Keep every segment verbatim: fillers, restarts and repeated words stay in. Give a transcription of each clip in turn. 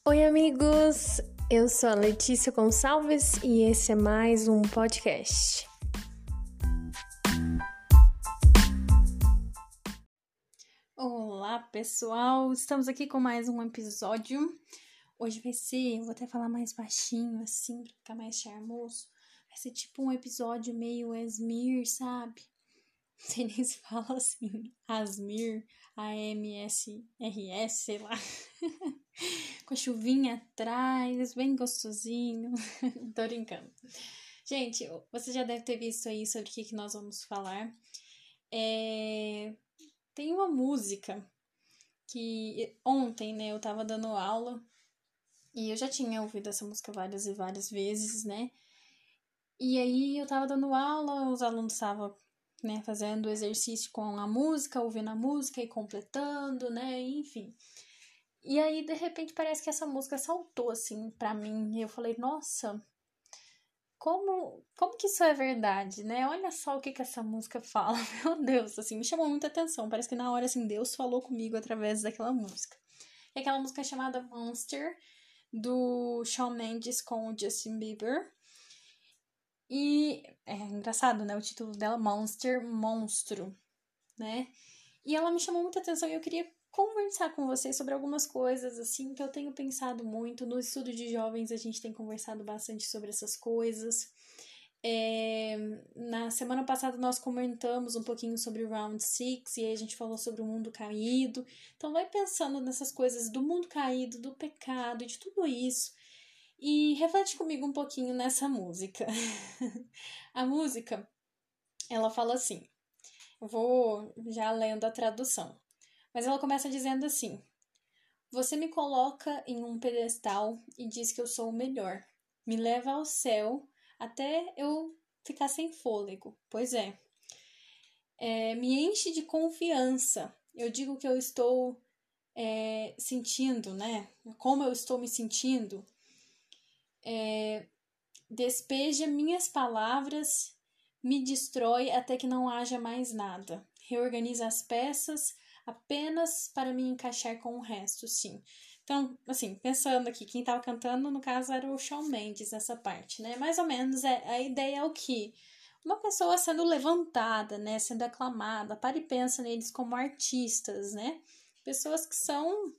Oi, amigos! Eu sou a Letícia Gonçalves e esse é mais um podcast. Olá, pessoal! Estamos aqui com mais um episódio. Hoje vai ser, eu vou até falar mais baixinho, assim, pra ficar mais charmoso. Vai ser tipo um episódio meio Asmir, sabe? Não sei nem se fala assim, Asmir, A M S R S, sei lá. Com a chuvinha atrás, bem gostosinho. Tô brincando. Gente, você já deve ter visto aí sobre o que, que nós vamos falar. É... Tem uma música que ontem, né, eu tava dando aula e eu já tinha ouvido essa música várias e várias vezes, né? E aí eu tava dando aula, os alunos estavam, né, fazendo exercício com a música, ouvindo a música e completando, né, enfim. E aí, de repente, parece que essa música saltou, assim, pra mim. E eu falei, nossa, como, como que isso é verdade, né? Olha só o que que essa música fala. Meu Deus, assim, me chamou muita atenção. Parece que na hora, assim, Deus falou comigo através daquela música. E aquela música é chamada Monster, do Shawn Mendes com o Justin Bieber. E é engraçado, né? O título dela, Monster, Monstro, né? E ela me chamou muita atenção e eu queria conversar com vocês sobre algumas coisas, assim, que eu tenho pensado muito. No estudo de jovens, a gente tem conversado bastante sobre essas coisas. É, na semana passada, nós comentamos um pouquinho sobre o Round Six e aí a gente falou sobre o mundo caído. Então, vai pensando nessas coisas do mundo caído, do pecado, de tudo isso. E reflete comigo um pouquinho nessa música. A música, ela fala assim, eu vou já lendo a tradução. Mas ela começa dizendo assim: você me coloca em um pedestal e diz que eu sou o melhor. Me leva ao céu até eu ficar sem fôlego. Pois é. é me enche de confiança. Eu digo que eu estou é, sentindo, né? Como eu estou me sentindo. É, despeja minhas palavras, me destrói até que não haja mais nada. Reorganiza as peças apenas para me encaixar com o resto, sim. Então, assim, pensando aqui, quem estava cantando, no caso, era o Shawn Mendes nessa parte, né? Mais ou menos, é, a ideia é o que? Uma pessoa sendo levantada, né? Sendo aclamada. Para e pensa neles como artistas, né? Pessoas que são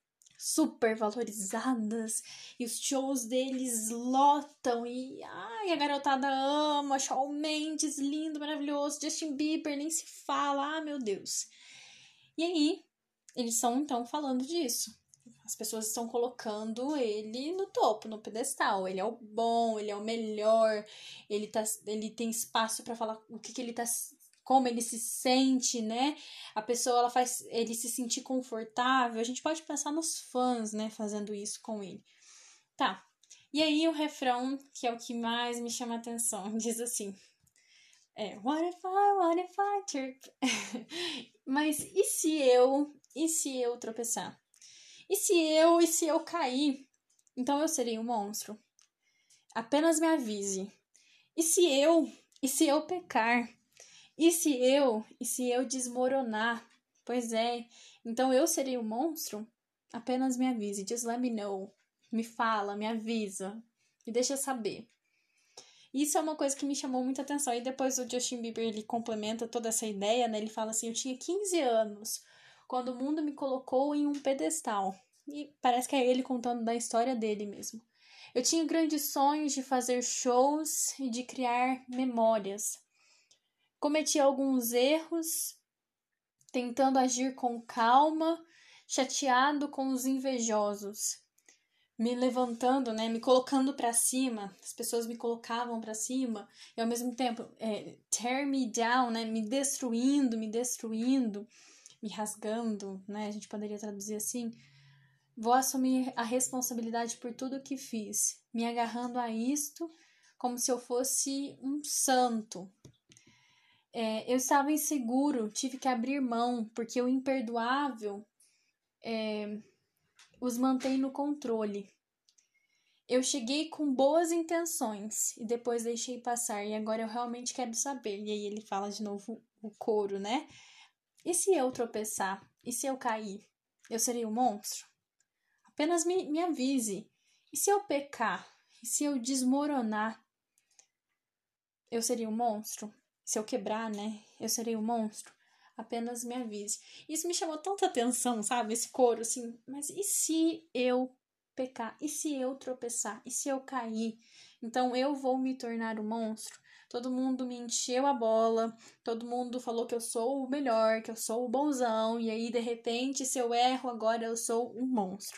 super valorizadas e os shows deles lotam e ai, a garotada ama, Shawn Mendes, lindo, maravilhoso, Justin Bieber, nem se fala, ah, meu Deus. E aí, eles estão então falando disso. As pessoas estão colocando ele no topo, no pedestal. Ele é o bom, ele é o melhor, ele, tá, ele tem espaço para falar o que, que ele tá, como ele se sente, né? A pessoa, ela faz ele se sentir confortável. A gente pode pensar nos fãs, né, fazendo isso com ele. Tá. E aí o refrão, que é o que mais me chama a atenção, diz assim: é, what if I, what if I trip? Mas e se eu, e se eu tropeçar? E se eu, e se eu cair? Então eu serei um monstro. Apenas me avise. E se eu, e se eu pecar? E se eu, e se eu desmoronar? Pois é, então eu serei um monstro? Apenas me avise, just let me know. Me fala, me avisa, me deixa saber. Isso é uma coisa que me chamou muita atenção. E depois o Justin Bieber, ele complementa toda essa ideia, né? Ele fala assim, eu tinha quinze anos, quando o mundo me colocou em um pedestal. E parece que é ele contando da história dele mesmo. Eu tinha grandes sonhos de fazer shows e de criar memórias. Cometi alguns erros, tentando agir com calma, chateado com os invejosos. Me levantando, né, me colocando para cima, as pessoas me colocavam para cima, e ao mesmo tempo, é, tear me down, né, me destruindo, me destruindo, me rasgando, né, a gente poderia traduzir assim. Vou assumir a responsabilidade por tudo que fiz, me agarrando a isto como se eu fosse um santo. É, eu estava inseguro, tive que abrir mão, porque o imperdoável é, os mantém no controle. Eu cheguei com boas intenções e depois deixei passar, e agora eu realmente quero saber. E aí ele fala de novo o coro, né? E se eu tropeçar? E se eu cair? Eu serei um monstro? Apenas me, me avise. E se eu pecar? E se eu desmoronar? Eu seria um monstro? Se eu quebrar, né? Eu serei um monstro? Apenas me avise. Isso me chamou tanta atenção, sabe? Esse coro, assim. Mas e se eu pecar? E se eu tropeçar? E se eu cair? Então eu vou me tornar um monstro? Todo mundo me encheu a bola, todo mundo falou que eu sou o melhor, que eu sou o bonzão, e aí, de repente, se eu erro, agora eu sou um monstro.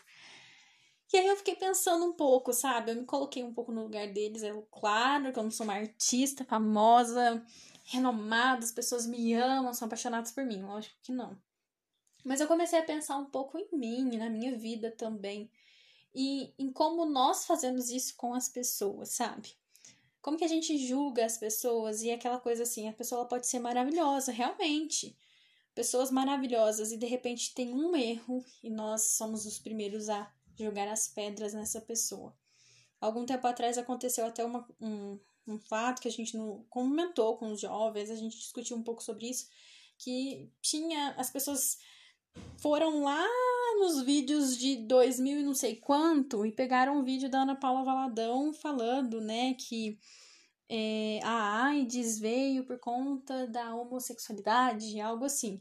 E aí eu fiquei pensando um pouco, sabe? Eu me coloquei um pouco no lugar deles. É claro que eu não sou uma artista famosa, renomada, as pessoas me amam, são apaixonadas por mim. Lógico que não. Mas eu comecei a pensar um pouco em mim, na minha vida também. E em como nós fazemos isso com as pessoas, sabe? Como que a gente julga as pessoas e aquela coisa assim, a pessoa pode ser maravilhosa, realmente. Pessoas maravilhosas e de repente tem um erro e nós somos os primeiros a jogar as pedras nessa pessoa. Algum tempo atrás aconteceu até uma, um, um fato que a gente não comentou com os jovens, a gente discutiu um pouco sobre isso, que tinha, as pessoas foram lá nos vídeos de dois mil e não sei quanto e pegaram um vídeo da Ana Paula Valadão falando, né, que é, a AIDS veio por conta da homossexualidade, algo assim.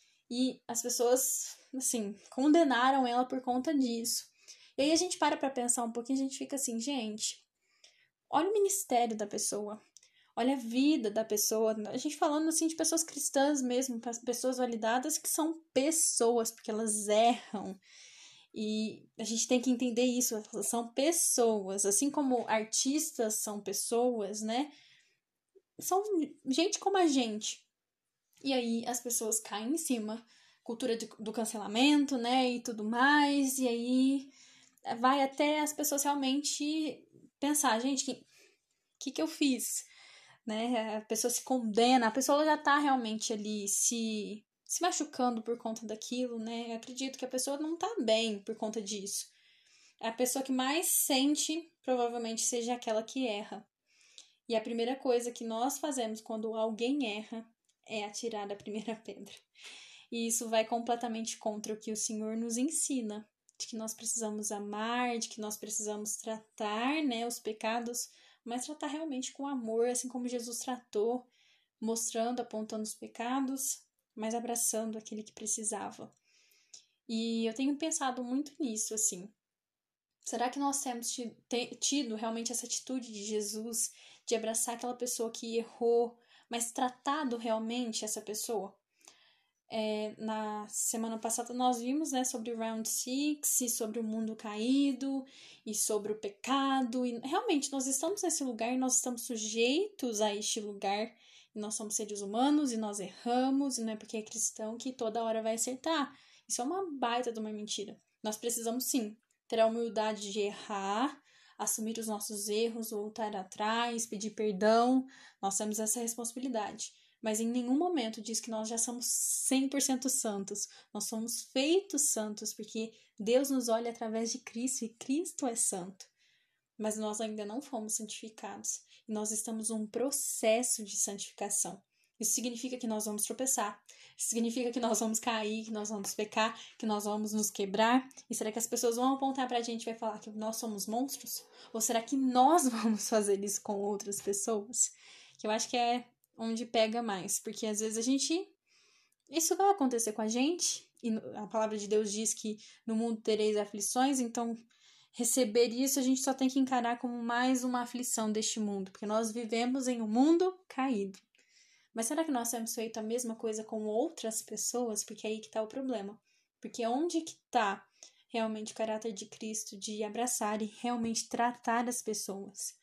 E as pessoas, assim, condenaram ela por conta disso. E aí a gente para pra pensar um pouquinho e a gente fica assim, gente, olha o ministério da pessoa, olha a vida da pessoa. A gente falando assim de pessoas cristãs mesmo, pessoas validadas que são pessoas, porque elas erram. E a gente tem que entender isso, elas são pessoas, assim como artistas são pessoas, né? São gente como a gente. E aí as pessoas caem em cima, cultura de, do cancelamento, né, e tudo mais, e aí vai até as pessoas realmente pensar, gente, que que, que eu fiz? Né? A pessoa se condena, a pessoa já tá realmente ali se, se machucando por conta daquilo, né? Eu acredito que a pessoa não tá bem por conta disso. A pessoa que mais sente provavelmente seja aquela que erra. E a primeira coisa que nós fazemos quando alguém erra é atirar a primeira pedra. E isso vai completamente contra o que o Senhor nos ensina, de que nós precisamos amar, de que nós precisamos tratar, né, os pecados, mas tratar realmente com amor, assim como Jesus tratou, mostrando, apontando os pecados, mas abraçando aquele que precisava. E eu tenho pensado muito nisso, assim. Será que nós temos tido realmente essa atitude de Jesus de abraçar aquela pessoa que errou, mas tratado realmente essa pessoa? É, na semana passada nós vimos, né, sobre o Round Six e sobre o mundo caído e sobre o pecado, e realmente nós estamos nesse lugar e nós estamos sujeitos a este lugar, e nós somos seres humanos e nós erramos, e não é porque é cristão que toda hora vai acertar. Isso é uma baita de uma mentira. Nós precisamos sim ter a humildade de errar, assumir os nossos erros, voltar atrás, pedir perdão. Nós temos essa responsabilidade. Mas em nenhum momento diz que nós já somos cem por cento santos. Nós somos feitos santos, porque Deus nos olha através de Cristo, e Cristo é santo. Mas nós ainda não fomos santificados. E nós estamos num processo de santificação. Isso significa que nós vamos tropeçar. Isso significa que nós vamos cair, que nós vamos pecar, que nós vamos nos quebrar. E será que as pessoas vão apontar pra gente e vai falar que nós somos monstros? Ou será que nós vamos fazer isso com outras pessoas? Que eu acho que é onde pega mais, porque às vezes a gente, isso vai acontecer com a gente, e a palavra de Deus diz que no mundo tereis aflições, então receber isso a gente só tem que encarar como mais uma aflição deste mundo, porque nós vivemos em um mundo caído. Mas será que nós temos feito a mesma coisa com outras pessoas? Porque é aí que está o problema. Porque onde que está realmente o caráter de Cristo de abraçar e realmente tratar as pessoas?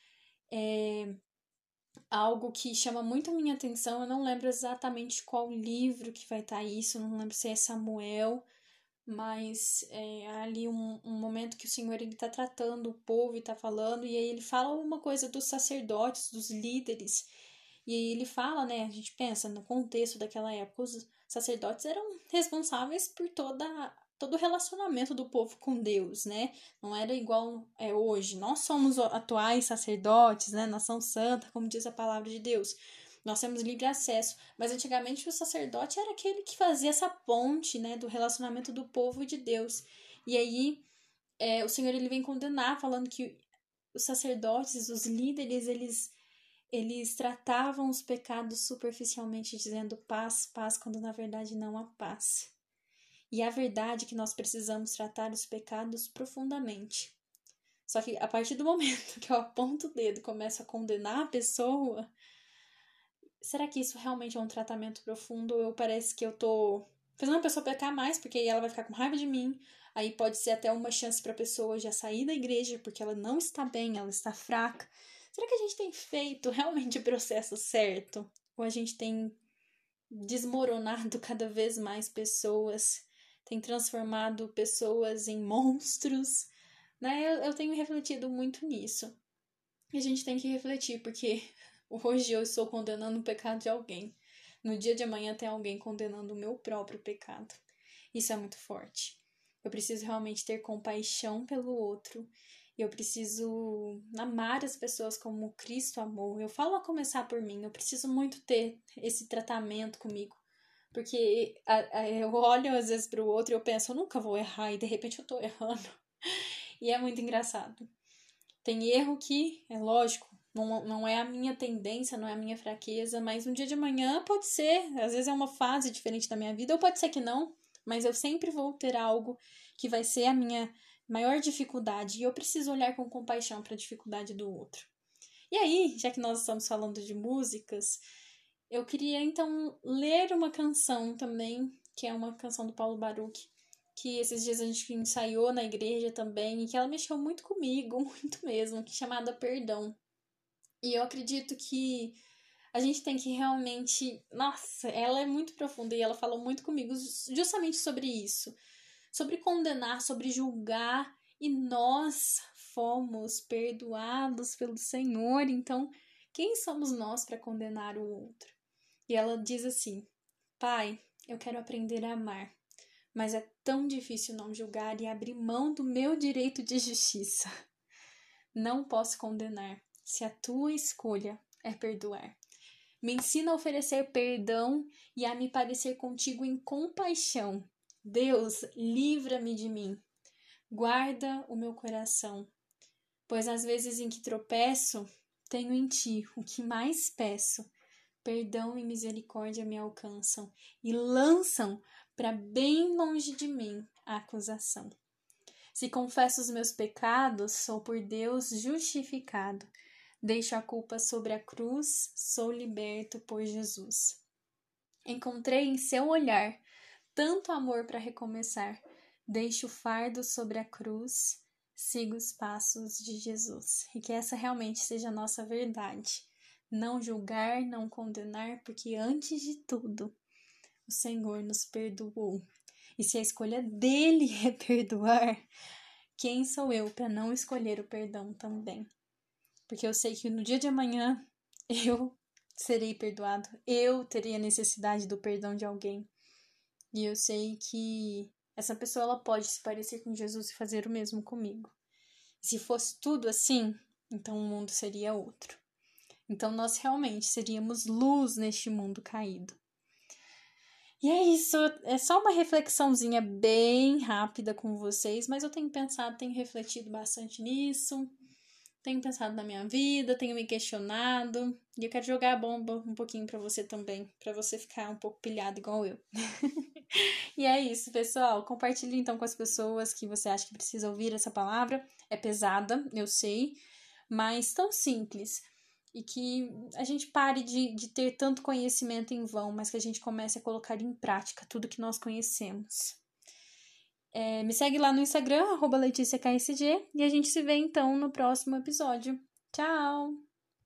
É algo que chama muito a minha atenção, eu não lembro exatamente qual livro que vai estar isso, não lembro se é Samuel, mas é ali um, um momento que o Senhor está tratando o povo e está falando, e aí ele fala uma coisa dos sacerdotes, dos líderes, e aí ele fala, né, a gente pensa no contexto daquela época, os sacerdotes eram responsáveis por toda todo o relacionamento do povo com Deus, né? Não era igual é hoje. Nós somos atuais sacerdotes, né? Nação santa, como diz a palavra de Deus. Nós temos livre acesso, mas antigamente o sacerdote era aquele que fazia essa ponte, né, do relacionamento do povo e de Deus. E aí é, o Senhor ele vem condenar, falando que os sacerdotes, os líderes, eles, eles tratavam os pecados superficialmente, dizendo paz, paz, quando na verdade não há paz. E a verdade é que nós precisamos tratar os pecados profundamente. Só que a partir do momento que eu aponto o dedo e começo a condenar a pessoa, será que isso realmente é um tratamento profundo? Ou parece que eu tô fazendo a pessoa pecar mais, porque aí ela vai ficar com raiva de mim. Aí pode ser até uma chance para a pessoa já sair da igreja, porque ela não está bem, ela está fraca. Será que a gente tem feito realmente o processo certo? Ou a gente tem desmoronado cada vez mais pessoas, tem transformado pessoas em monstros? Né? Eu, eu tenho refletido muito nisso. E a gente tem que refletir, porque hoje eu estou condenando o pecado de alguém. No dia de amanhã tem alguém condenando o meu próprio pecado. Isso é muito forte. Eu preciso realmente ter compaixão pelo outro. Eu preciso amar as pessoas como Cristo amou. Eu falo a começar por mim. Eu preciso muito ter esse tratamento comigo. Porque a, a, eu olho às vezes para o outro e eu penso, eu nunca vou errar. E de repente eu tô errando. E é muito engraçado. Tem erro que, é lógico, não, não é a minha tendência, não é a minha fraqueza, mas um dia de manhã pode ser, às vezes é uma fase diferente da minha vida, ou pode ser que não, mas eu sempre vou ter algo que vai ser a minha maior dificuldade, e eu preciso olhar com compaixão para a dificuldade do outro. E aí, já que nós estamos falando de músicas, eu queria então ler uma canção também, que é uma canção do Paulo Baruch, que esses dias a gente ensaiou na igreja também, e que ela mexeu muito comigo, muito mesmo, que é chamada Perdão. E eu acredito que a gente tem que realmente... Nossa, ela é muito profunda e ela falou muito comigo justamente sobre isso. Sobre condenar, sobre julgar, e nós fomos perdoados pelo Senhor, então quem somos nós para condenar o outro? E ela diz assim: Pai, eu quero aprender a amar, mas é tão difícil não julgar e abrir mão do meu direito de justiça. Não posso condenar, se a tua escolha é perdoar. Me ensina a oferecer perdão e a me parecer contigo em compaixão. Deus, livra-me de mim. Guarda o meu coração, pois às vezes em que tropeço, tenho em ti o que mais peço. Perdão e misericórdia me alcançam e lançam para bem longe de mim a acusação. Se confesso os meus pecados, sou por Deus justificado. Deixo a culpa sobre a cruz, sou liberto por Jesus. Encontrei em seu olhar tanto amor para recomeçar. Deixo o fardo sobre a cruz, sigo os passos de Jesus. E que essa realmente seja a nossa verdade. Não julgar, não condenar, porque antes de tudo, o Senhor nos perdoou. E se a escolha dele é perdoar, quem sou eu para não escolher o perdão também? Porque eu sei que no dia de amanhã eu serei perdoado, eu teria necessidade do perdão de alguém. E eu sei que essa pessoa ela pode se parecer com Jesus e fazer o mesmo comigo. E se fosse tudo assim, então o mundo seria outro. Então nós realmente seríamos luz neste mundo caído. E é isso, é só uma reflexãozinha bem rápida com vocês, mas eu tenho pensado, tenho refletido bastante nisso, tenho pensado na minha vida, tenho me questionado, e eu quero jogar a bomba um pouquinho pra você também, pra você ficar um pouco pilhado igual eu. E é isso, pessoal, compartilhe então com as pessoas que você acha que precisa ouvir essa palavra, é pesada, eu sei, mas tão simples. E que a gente pare de, de ter tanto conhecimento em vão, mas que a gente comece a colocar em prática tudo que nós conhecemos. É, me segue lá no Instagram, arroba Letícia K S G, e a gente se vê então no próximo episódio. Tchau!